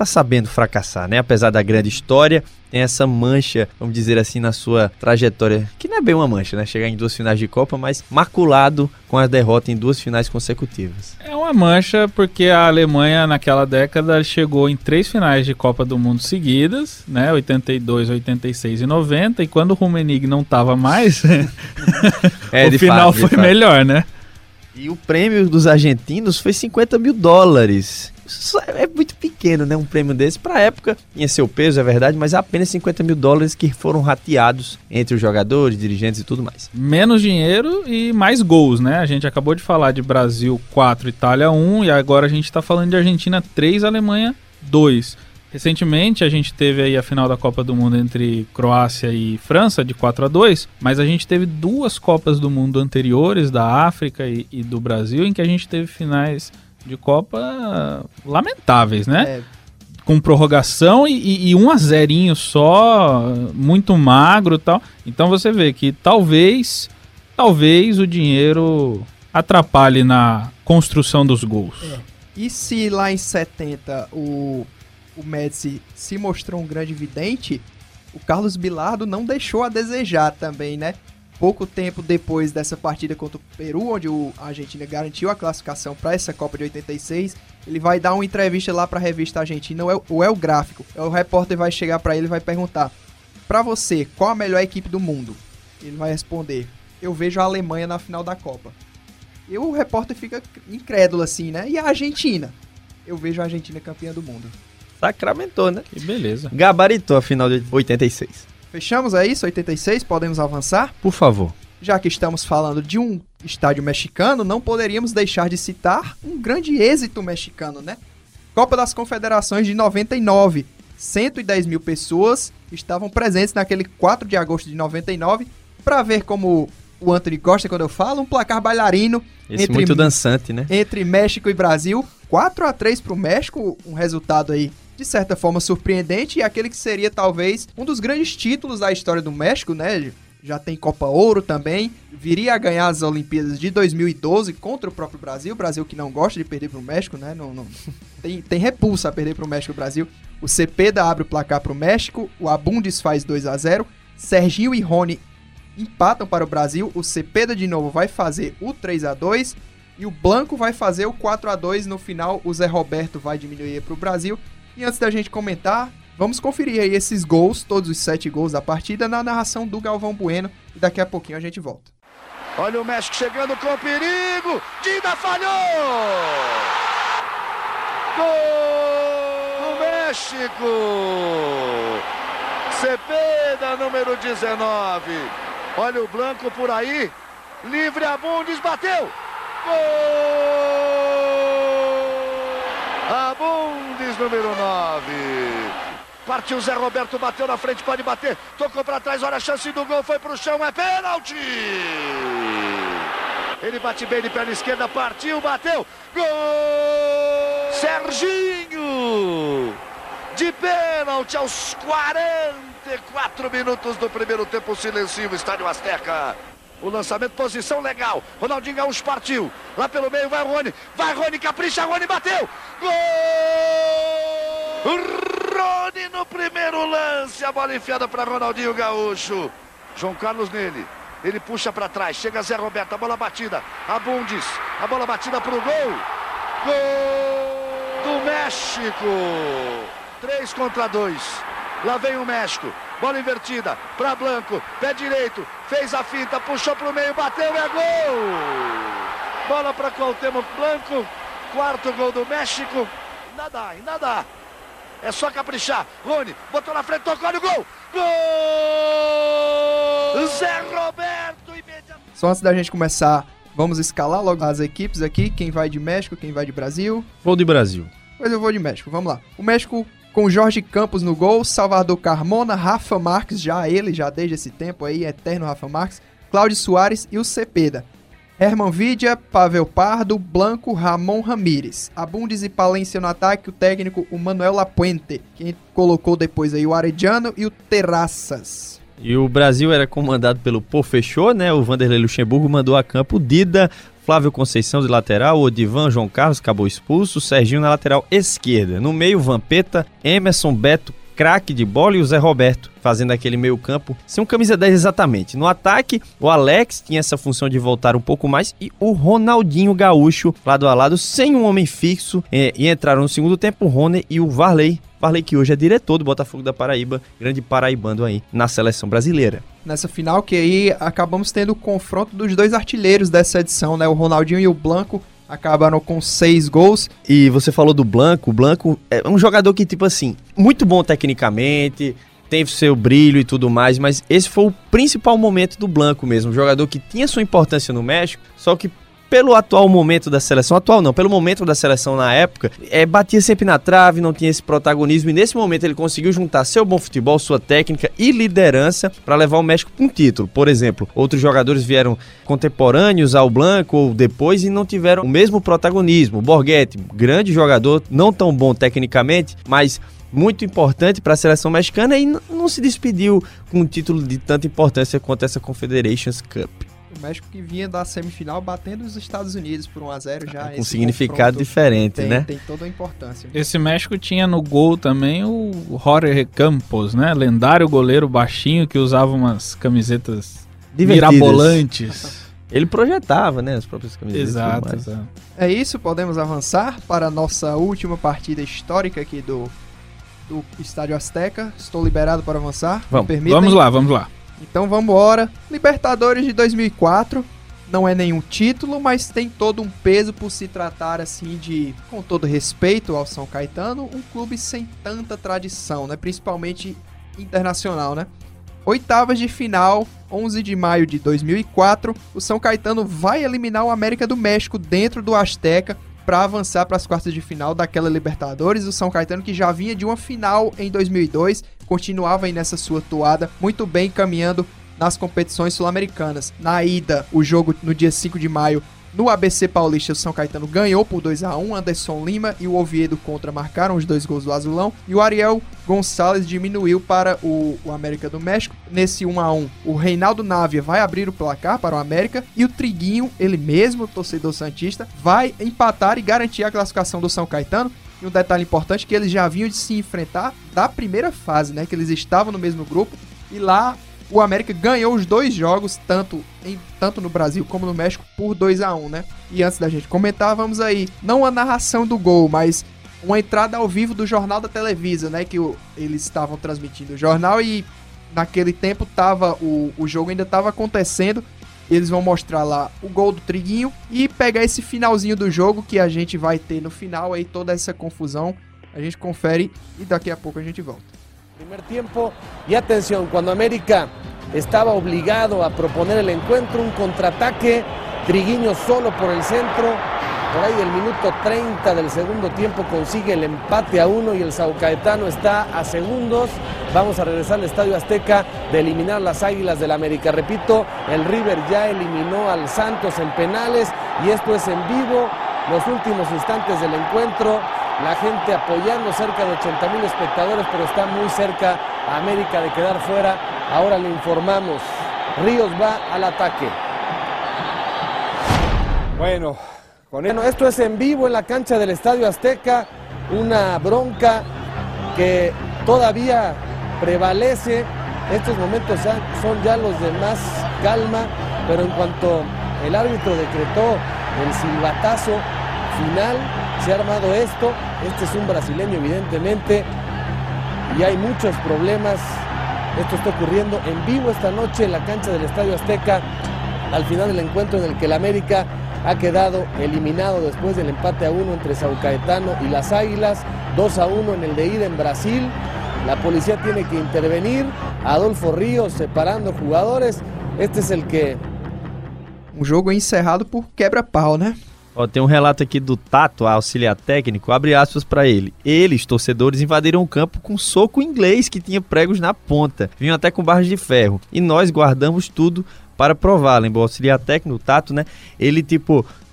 tá sabendo fracassar, né? Apesar da grande história, tem essa mancha, vamos dizer assim, na sua trajetória, que não é bem uma mancha, né? Chegar em duas finais de Copa, mas maculado com a derrota em duas finais consecutivas. É uma mancha porque a Alemanha naquela década chegou em três finais de Copa do Mundo seguidas, né? oitenta e dois, oitenta e seis e noventa, e quando o Rummenigge não tava mais, é, o final fato, foi melhor, né? E o prêmio dos argentinos foi cinquenta mil dólares. Isso é muito pequeno, né? Um prêmio desse. Pra época, tinha seu peso, é verdade, mas apenas cinquenta mil dólares que foram rateados entre os jogadores, dirigentes e tudo mais. Menos dinheiro e mais gols, né? A gente acabou de falar de Brasil quatro, Itália um, e agora a gente tá falando de Argentina três, Alemanha dois. Recentemente a gente teve aí a final da Copa do Mundo entre Croácia e França de quatro a dois, mas a gente teve duas Copas do Mundo anteriores, da África e, e do Brasil, em que a gente teve finais de Copa lamentáveis, né? É. Com prorrogação e, e, e um a zerinho só, muito magro e tal. Então você vê que talvez, talvez o dinheiro atrapalhe na construção dos gols. É. E se lá em setenta o... o Médici se mostrou um grande vidente, o Carlos Bilardo não deixou a desejar também, né? Pouco tempo depois dessa partida contra o Peru, onde a Argentina garantiu a classificação para essa Copa de oitenta e seis, ele vai dar uma entrevista lá para a revista argentina, o El Gráfico. O repórter vai chegar para ele e vai perguntar: para você, qual a melhor equipe do mundo? Ele vai responder: eu vejo a Alemanha na final da Copa. E o repórter fica incrédulo assim, né? E a Argentina? Eu vejo a Argentina campeã do mundo. Sacramentou, né? Que beleza. Gabaritou a final de oitenta e seis. Fechamos, é isso? oitenta e seis? Podemos avançar? Por favor. Já que estamos falando de um estádio mexicano, não poderíamos deixar de citar um grande êxito mexicano, né? Copa das Confederações de noventa e nove. cento e dez mil pessoas estavam presentes naquele quatro de agosto de noventa e nove para ver como o Anthony gosta quando eu falo, um placar bailarino. Esse entre, muito dançante, né? Entre México e Brasil. quatro a três para o México, um resultado aí de certa forma surpreendente, e aquele que seria talvez um dos grandes títulos da história do México, né? Já tem Copa Ouro também, viria a ganhar as Olimpíadas de dois mil e doze contra o próprio Brasil, Brasil que não gosta de perder para o México, né? Não, não, tem, tem repulsa a perder para o México e o Brasil. O Cepeda abre o placar para o México, o Abundis faz dois a zero, Serginho e Rony empatam para o Brasil, o Cepeda de novo vai fazer o três a dois e o Blanco vai fazer o quatro a dois. No final, o Zé Roberto vai diminuir para o Brasil. E antes da gente comentar, vamos conferir aí esses gols, todos os sete gols da partida, na narração do Galvão Bueno. E daqui a pouquinho a gente volta. Olha o México chegando com perigo. Dida falhou! Gol do México! Cepeda, número dezenove. Olha o Blanco por aí. Livre, Abundis, bateu! Gol! Abundis, número nove. Partiu Zé Roberto, bateu na frente, pode bater. Tocou para trás, olha a chance do gol, foi pro chão, é pênalti! Ele bate bem de perna esquerda, partiu, bateu. Gol! Serginho! De pênalti aos quarenta e quatro minutos do primeiro tempo, silencio o Estádio Azteca. O lançamento, posição legal. Ronaldinho Gaúcho partiu. Lá pelo meio vai Rony. Vai Rony, capricha, Rony bateu. Gol! Rony no primeiro lance. A bola enfiada para Ronaldinho Gaúcho. João Carlos nele. Ele puxa para trás. Chega Zé Roberto. A bola batida. Abundis. A bola batida para o gol. Gol do México. três contra dois. Lá vem o México. Bola invertida para Blanco. Pé direito. Fez a finta. Puxou para o meio. Bateu. É gol. Bola para Cuauhtémoc Blanco. Quarto gol do México. Ainda dá. Ainda dá. É só caprichar. Rony botou na frente. Tocou no gol. Gol. Zé Roberto. Imediatamente. Só antes da gente começar, vamos escalar logo as equipes aqui. Quem vai de México, quem vai de Brasil. Vou de Brasil. Pois eu vou de México. Vamos lá. O México com Jorge Campos no gol, Salvador Carmona, Rafa Marques, já ele, já desde esse tempo aí, eterno Rafa Marques, Cláudio Soares e o Cepeda. Herman Vidia, Pavel Pardo, Blanco, Ramon Ramírez. Abundis e Palência no ataque, o técnico, o Manuel Lapuente, quem colocou depois aí o Arellano e o Terraças. E o Brasil era comandado pelo Pô Fechou, né? O Vanderlei Luxemburgo mandou a campo o Dida, Flávio Conceição de lateral, Odivan, João Carlos acabou expulso, Serginho na lateral esquerda. No meio, Vampeta, Emerson, Beto, craque de bola, e o Zé Roberto fazendo aquele meio campo sem um camisa dez exatamente. No ataque, o Alex tinha essa função de voltar um pouco mais e o Ronaldinho Gaúcho lado a lado sem um homem fixo, e, e entraram no segundo tempo o Rony e o Varley. Varley que hoje é diretor do Botafogo da Paraíba, grande paraibano aí na seleção brasileira. Nessa final que aí acabamos tendo o confronto dos dois artilheiros dessa edição, né? O Ronaldinho e o Blanco acabaram com seis gols. E você falou do Blanco, o Blanco é um jogador que, tipo assim, muito bom tecnicamente, tem seu brilho e tudo mais, mas esse foi o principal momento do Blanco mesmo, um jogador que tinha sua importância no México, só que pelo atual momento da seleção, atual não, pelo momento da seleção na época, é, batia sempre na trave, não tinha esse protagonismo, e nesse momento ele conseguiu juntar seu bom futebol, sua técnica e liderança para levar o México para um título. Por exemplo, outros jogadores vieram contemporâneos ao Blanco ou depois e não tiveram o mesmo protagonismo. O Borghetti, grande jogador, não tão bom tecnicamente, mas muito importante para a seleção mexicana, e não se despediu com um título de tanta importância quanto essa Confederations Cup. O México que vinha da semifinal batendo os Estados Unidos por um a zero já. Com significado diferente, tem, né? Tem toda a importância. Esse México tinha no gol também o Jorge Campos, né? Lendário goleiro baixinho que usava umas camisetas divertidas, mirabolantes. Ele projetava, né, as próprias camisetas. Exato, exato. É isso, podemos avançar para a nossa última partida histórica aqui do, do Estádio Azteca. Estou liberado para avançar. Vamos, vamos lá, vamos lá. Então vamos embora. Libertadores de dois mil e quatro, não é nenhum título, mas tem todo um peso por se tratar assim de, com todo respeito ao São Caetano, um clube sem tanta tradição, né? Principalmente internacional, né? Oitavas de final, onze de maio de dois mil e quatro, o São Caetano vai eliminar o América do México dentro do Azteca para avançar para as quartas de final daquela Libertadores. O São Caetano que já vinha de uma final em dois mil e dois, continuava aí nessa sua toada, muito bem caminhando nas competições sul-americanas. Na ida, o jogo no dia cinco de maio, no A B C Paulista, o São Caetano ganhou por dois a um, Anderson Lima e o Oviedo Contra marcaram os dois gols do Azulão, e o Ariel Gonçalves diminuiu para o, o América do México. Nesse um a um, o Reinaldo Navia vai abrir o placar para o América, e o Triguinho, ele mesmo, torcedor santista, vai empatar e garantir a classificação do São Caetano. E um detalhe importante, que eles já vinham de se enfrentar da primeira fase, né, que eles estavam no mesmo grupo, e lá o América ganhou os dois jogos, tanto, em, tanto no Brasil como no México, por dois a um, né? E antes da gente comentar, vamos aí, não a narração do gol, mas uma entrada ao vivo do Jornal da Televisa, né? Que o, eles estavam transmitindo o jornal e naquele tempo tava, o, o jogo ainda estava acontecendo. Eles vão mostrar lá o gol do Triguinho e pegar esse finalzinho do jogo que a gente vai ter no final, aí toda essa confusão. A gente confere e daqui a pouco a gente volta. Primer tiempo y atención, cuando América estaba obligado a proponer el encuentro, un contraataque, Triguinho solo por el centro, por ahí del minuto treinta del segundo tiempo consigue el empate a uno y el São Caetano está a segundos. Vamos a regresar al Estadio Azteca de eliminar las Águilas del América. Repito, el River ya eliminó al Santos en penales y esto es en vivo, los últimos instantes del encuentro. La gente apoyando, cerca de ochenta mil espectadores, pero está muy cerca a América de quedar fuera. Ahora le informamos, Ríos va al ataque. Bueno, con bueno, esto es en vivo en la cancha del Estadio Azteca, una bronca que todavía prevalece. Estos momentos son ya los de más calma, pero en cuanto el árbitro decretó el silbatazo final, se ha armado esto. Este es un brasileño evidentemente y hay muchos problemas. Esto está ocurriendo en vivo esta noche en la cancha del Estadio Azteca, al final del encuentro en el que el América ha quedado eliminado después del empate a uno entre São Caetano y las Águilas, dos a uno en el de ida en Brasil. La policía tiene que intervenir, Adolfo Ríos separando jugadores. Este es el que... Um jogo encerrado por quebra-pau, né? Ó, tem um relato aqui do Tato, auxiliar técnico, abre aspas pra ele. Eles, torcedores, invadiram o campo com soco inglês que tinha pregos na ponta. Vinham até com barras de ferro. E nós guardamos tudo para provar. Lembrou o auxiliar técnico, o Tato, né? Ele, tipo,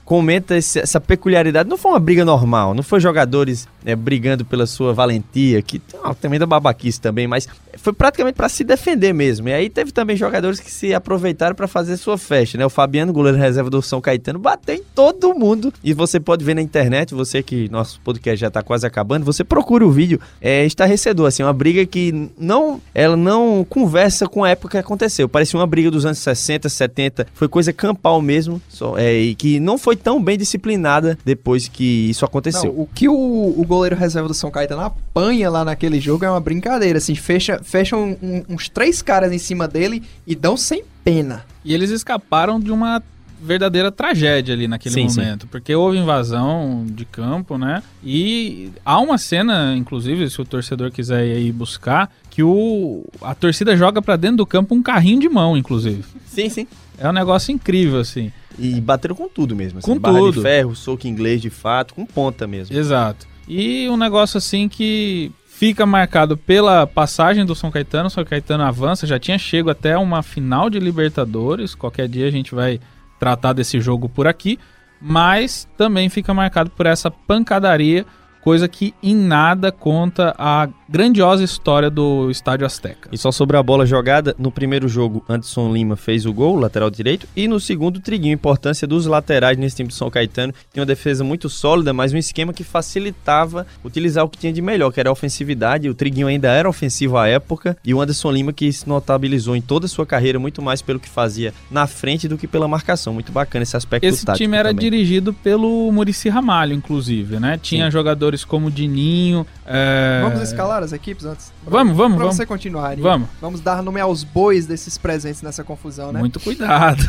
comenta esse, essa peculiaridade. Não foi uma briga normal, não foi jogadores né, brigando pela sua valentia, que ó, também da babaquice também, mas foi praticamente para se defender mesmo. E aí teve também jogadores que se aproveitaram para fazer sua festa, né? O Fabiano, goleiro reserva do São Caetano, bateu em todo mundo. E você pode ver na internet, você que nosso podcast já tá quase acabando, você procura o vídeo, é estarrecedor, assim, uma briga que não, ela não conversa com a época que aconteceu. Parecia uma briga dos anos sessenta, setenta, foi coisa campal mesmo, só, é, e que não foi tão bem disciplinada depois que isso aconteceu. Não, o que o, o goleiro reserva do São Caetano apanha lá naquele jogo é uma brincadeira, assim, fecha, fecham um, uns três caras em cima dele e dão sem pena. E eles escaparam de uma verdadeira tragédia ali naquele sim, momento, sim. Porque houve invasão de campo, né? E há uma cena, inclusive, se o torcedor quiser ir buscar, que o, a torcida joga pra dentro do campo um carrinho de mão, inclusive. Sim, sim. É um negócio incrível, assim. E bateram com tudo mesmo, assim. Com barra tudo. de ferro, soco inglês de fato, com ponta mesmo. Exato. E um negócio assim que fica marcado pela passagem do São Caetano. O São Caetano avança, já tinha chego até uma final de Libertadores. Qualquer dia a gente vai tratar desse jogo por aqui, mas também fica marcado por essa pancadaria, coisa que em nada conta a grandiosa história do Estádio Azteca. E só sobre a bola jogada, no primeiro jogo, Anderson Lima fez o gol, lateral direito, e no segundo, Triguinho. Importância dos laterais nesse time do São Caetano. Tem uma defesa muito sólida, mas um esquema que facilitava utilizar o que tinha de melhor, que era a ofensividade. O Triguinho ainda era ofensivo à época, e o Anderson Lima que se notabilizou em toda a sua carreira muito mais pelo que fazia na frente do que pela marcação. Muito bacana esse aspecto esse tático. Esse time era também dirigido pelo Muricy Ramalho, inclusive, né? Tinha Sim. jogadores como Dininho. É... Vamos escalar as equipes antes? Vamos, vamos, pra vamos. você continuar. Vamos. Vamos dar nome aos bois desses presentes nessa confusão, né? Muito cuidado.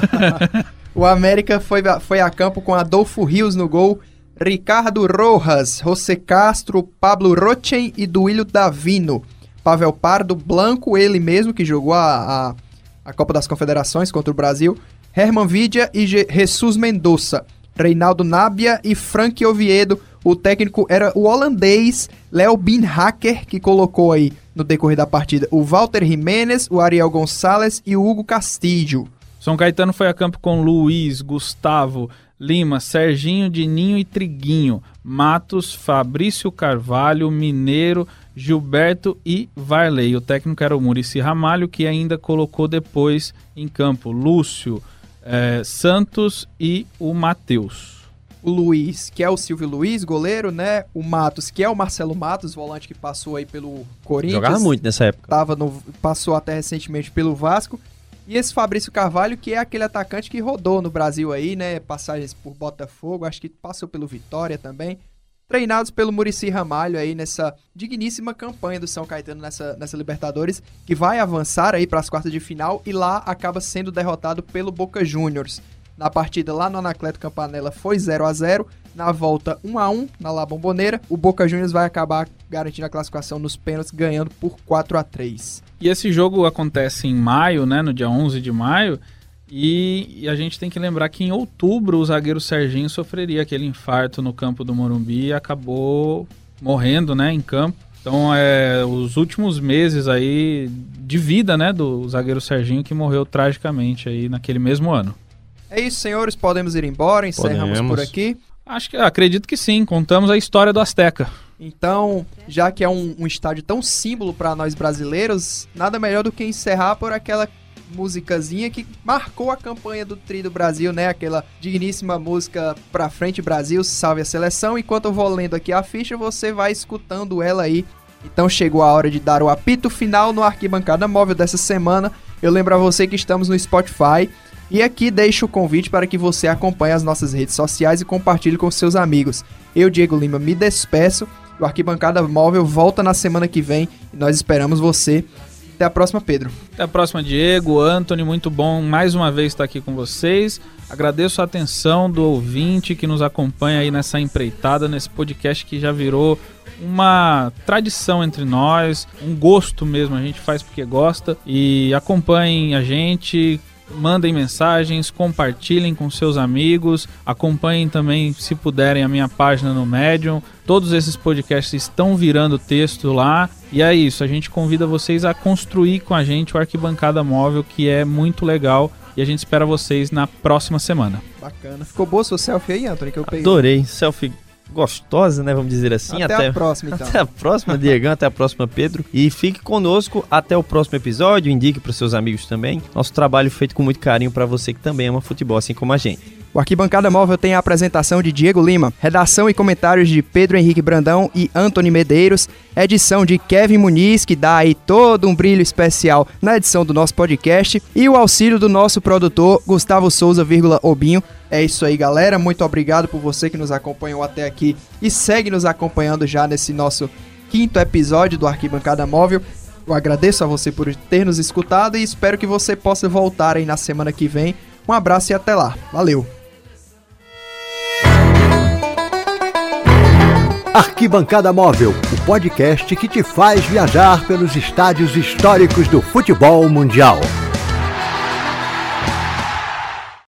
O América foi, foi a campo com Adolfo Rios no gol, Ricardo Rojas, José Castro, Pablo Rochen e Duílio Davino. Pavel Pardo, Blanco, ele mesmo que jogou a, a, a Copa das Confederações contra o Brasil, Herman Vidia e Je- Jesus Mendoza. Reinaldo Nabia e Frank Oviedo. O técnico era o holandês Léo Binhacker, que colocou aí no decorrer da partida o Walter Jiménez, o Ariel Gonçalves e o Hugo Castillo. São Caetano foi a campo com Luiz, Gustavo, Lima, Serginho, Dininho e Triguinho, Matos, Fabrício Carvalho, Mineiro, Gilberto e Varley. O técnico era o Muricy Ramalho, que ainda colocou depois em campo Lúcio, É, Santos e o Matheus. O Luiz, que é o Silvio Luiz, goleiro, né? O Matos, que é o Marcelo Matos, volante que passou aí pelo Corinthians. Jogava muito nessa época. Tava no, passou até recentemente pelo Vasco. E esse Fabrício Carvalho, que é aquele atacante que rodou no Brasil aí, né? Passagens por Botafogo, acho que passou pelo Vitória também. Treinados pelo Muricy Ramalho aí nessa digníssima campanha do São Caetano nessa, nessa Libertadores, que vai avançar aí para as quartas de final e lá acaba sendo derrotado pelo Boca Juniors. Na partida lá no Anacleto Campanella foi zero a zero, na volta um a um na La Bombonera, o Boca Juniors vai acabar garantindo a classificação nos pênaltis, ganhando por quatro a três. E esse jogo acontece em maio, né, no dia onze de maio, E, e a gente tem que lembrar que em outubro o zagueiro Serginho sofreria aquele infarto no campo do Morumbi e acabou morrendo, né, em campo. Então, é, os últimos meses aí de vida, né, do zagueiro Serginho, que morreu tragicamente aí naquele mesmo ano. É isso, senhores, podemos ir embora, encerramos Podemos. por aqui. Acho que, acredito que sim, contamos a história do Azteca. Então, já que é um, um estádio tão símbolo para nós brasileiros, nada melhor do que encerrar por aquela musicazinha que marcou a campanha do Tri do Brasil, né? Aquela digníssima música Pra Frente Brasil, Salve a Seleção. Enquanto eu vou lendo aqui a ficha, você vai escutando ela aí. Então chegou a hora de dar o apito final no Arquibancada Móvel dessa semana. Eu lembro a você que estamos no Spotify. E aqui deixo o convite para que você acompanhe as nossas redes sociais e compartilhe com seus amigos. Eu, Diego Lima, me despeço. O Arquibancada Móvel volta na semana que vem e nós esperamos você. Até a próxima, Pedro. Até a próxima, Diego, Antony, muito bom mais uma vez estar aqui com vocês. Agradeço a atenção do ouvinte que nos acompanha aí nessa empreitada, nesse podcast que já virou uma tradição entre nós, um gosto mesmo, a gente faz porque gosta. E acompanhem a gente, mandem mensagens, compartilhem com seus amigos, acompanhem também, se puderem, a minha página no Medium. Todos esses podcasts estão virando texto lá. E é isso, a gente convida vocês a construir com a gente o Arquibancada Móvel, que é muito legal e a gente espera vocês na próxima semana. Bacana. Ficou boa sua selfie aí, Anthony, que eu peguei? Adorei. Selfie gostosa, né? Vamos dizer assim. Até, até a próxima, então. Até a próxima, Diegão. Até a próxima, Pedro. E fique conosco até o próximo episódio. Indique para os seus amigos também. Nosso trabalho feito com muito carinho para você que também ama futebol, assim como a gente. O Arquibancada Móvel tem a apresentação de Diego Lima, redação e comentários de Pedro Henrique Brandão e Antony Medeiros, edição de Kevin Muniz, que dá aí todo um brilho especial na edição do nosso podcast, e o auxílio do nosso produtor, Gustavo Souza, vírgula, Obinho. É isso aí, galera. Muito obrigado por você que nos acompanhou até aqui e segue nos acompanhando já nesse nosso quinto episódio do Arquibancada Móvel. Eu agradeço a você por ter nos escutado e espero que você possa voltar aí na semana que vem. Um abraço e até lá. Valeu! Arquibancada Móvel, o podcast que te faz viajar pelos estádios históricos do futebol mundial.